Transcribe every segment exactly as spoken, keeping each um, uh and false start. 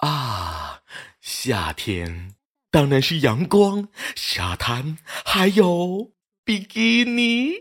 啊，夏天当然是阳光、沙滩，还有比基尼。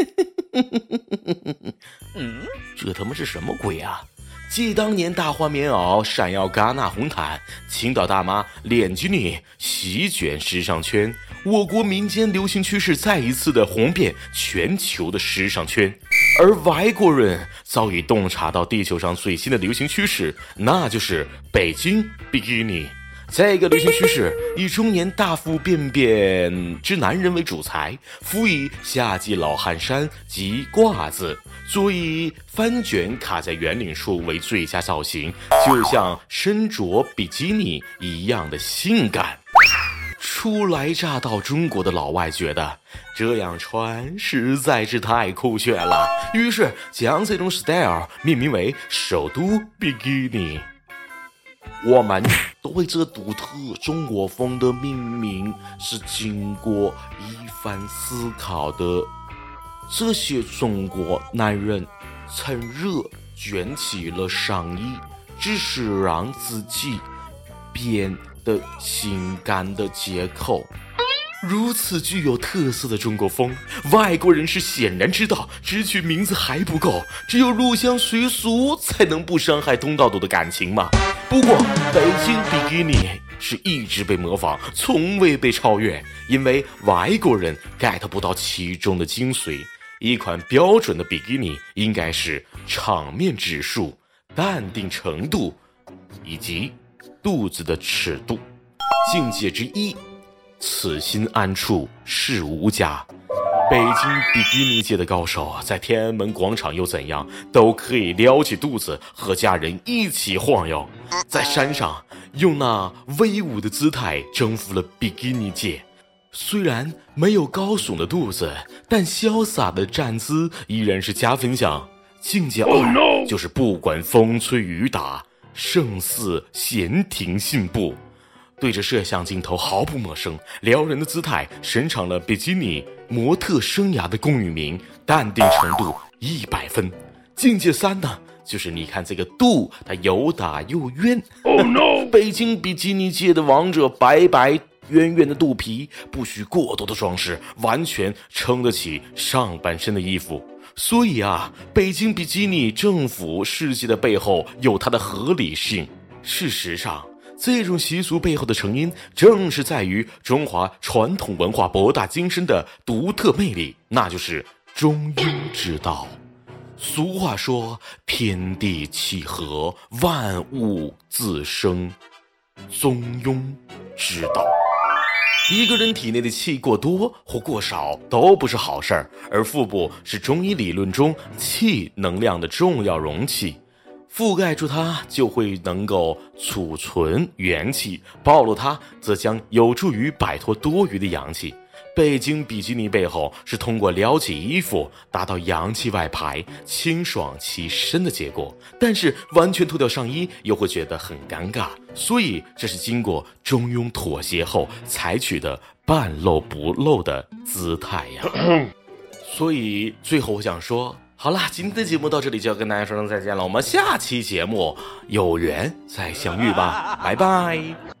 嗯，这他妈是什么鬼啊？继当年大花棉袄闪耀戛纳红毯，青岛大妈脸基尼席卷时尚圈，我国民间流行趋势再一次的红遍全球的时尚圈。而外国人早已洞察到地球上最新的流行趋势，那就是北京比基尼。这个流行趋势以中年大腹便便之男人为主材，辅以夏季老汗衫及褂子，佐以翻卷卡在圆领处为最佳造型，就像身着比基尼一样的性感。初来乍到中国的老外觉得这样穿实在是太酷炫了，于是将这种 style 命名为首都比基尼。我们对这独特中国风的命名是经过一番思考的。这些中国男人趁热卷起了上衣，只是让自己变得性感的借口。如此具有特色的中国风，外国人是显然知道只取名字还不够，只有入乡随俗才能不伤害东道主的感情嘛。不过北京比基尼是一直被模仿，从未被超越，因为外国人 get 不到其中的精髓。一款标准的比基尼应该是场面指数、淡定程度以及肚子的尺度。境界之一，此心安处是吾家。北京比基尼界的高手在天安门广场又怎样，都可以撩起肚子和家人一起晃悠，在山上用那威武的姿态征服了比基尼界。虽然没有高耸的肚子，但潇洒的站姿依然是加分项。境界二就是不管风吹雨打，胜似闲庭信步。对着摄像镜头毫不陌生，撩人的姿态伸长了比基尼模特生涯的龚宇明，淡定程度一百分。境界三呢，就是你看这个肚，它又大又圆。Oh no！ 北京比基尼界的王者，白白圆圆的肚皮，不需过多的装饰，完全撑得起上半身的衣服。所以啊，北京比基尼政府事迹的背后有它的合理性。事实上，这种习俗背后的成因，正是在于中华传统文化博大精深的独特魅力，那就是中庸之道。俗话说，天地契合，万物自生，中庸之道。一个人体内的气过多或过少都不是好事儿，而腹部是中医理论中气能量的重要容器，覆盖住它就会能够储存元气，暴露它则将有助于摆脱多余的阳气。北京比基尼背后是通过撩起衣服达到阳气外排、清爽其身的结果，但是完全脱掉上衣又会觉得很尴尬，所以这是经过中庸妥协后采取的半露不露的姿态呀。所以最后我想说，好啦，今天的节目到这里就要跟大家说声再见了，我们下期节目有缘再相遇吧，拜拜。